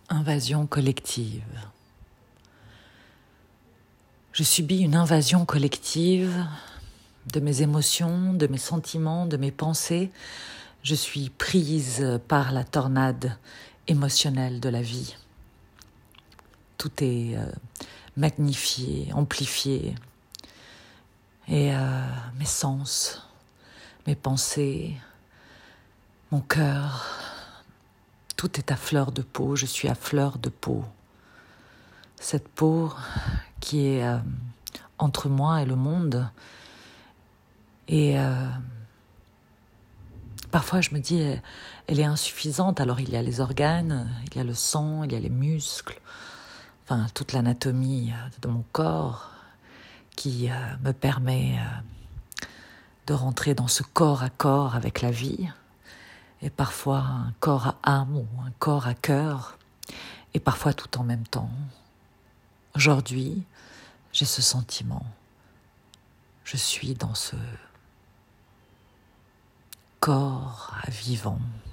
Invasion collective. Je subis une invasion collective de mes émotions, de mes sentiments, de mes pensées. Je suis prise par la tornade émotionnelle de la vie. Tout est magnifié, amplifié. Et mes sens, mes pensées, mon cœur, tout est à fleur de peau. Je suis à fleur de peau. Cette peau qui est entre moi et le monde. Et parfois je me dis, elle est insuffisante. Alors il y a les organes, il y a le sang, il y a les muscles, enfin toute l'anatomie de mon corps qui me permet de rentrer dans ce corps à corps avec la vie. Et parfois un corps à âme ou un corps à cœur. Et parfois tout en même temps. Aujourd'hui, j'ai ce sentiment. Je suis dans ce corps à vivant.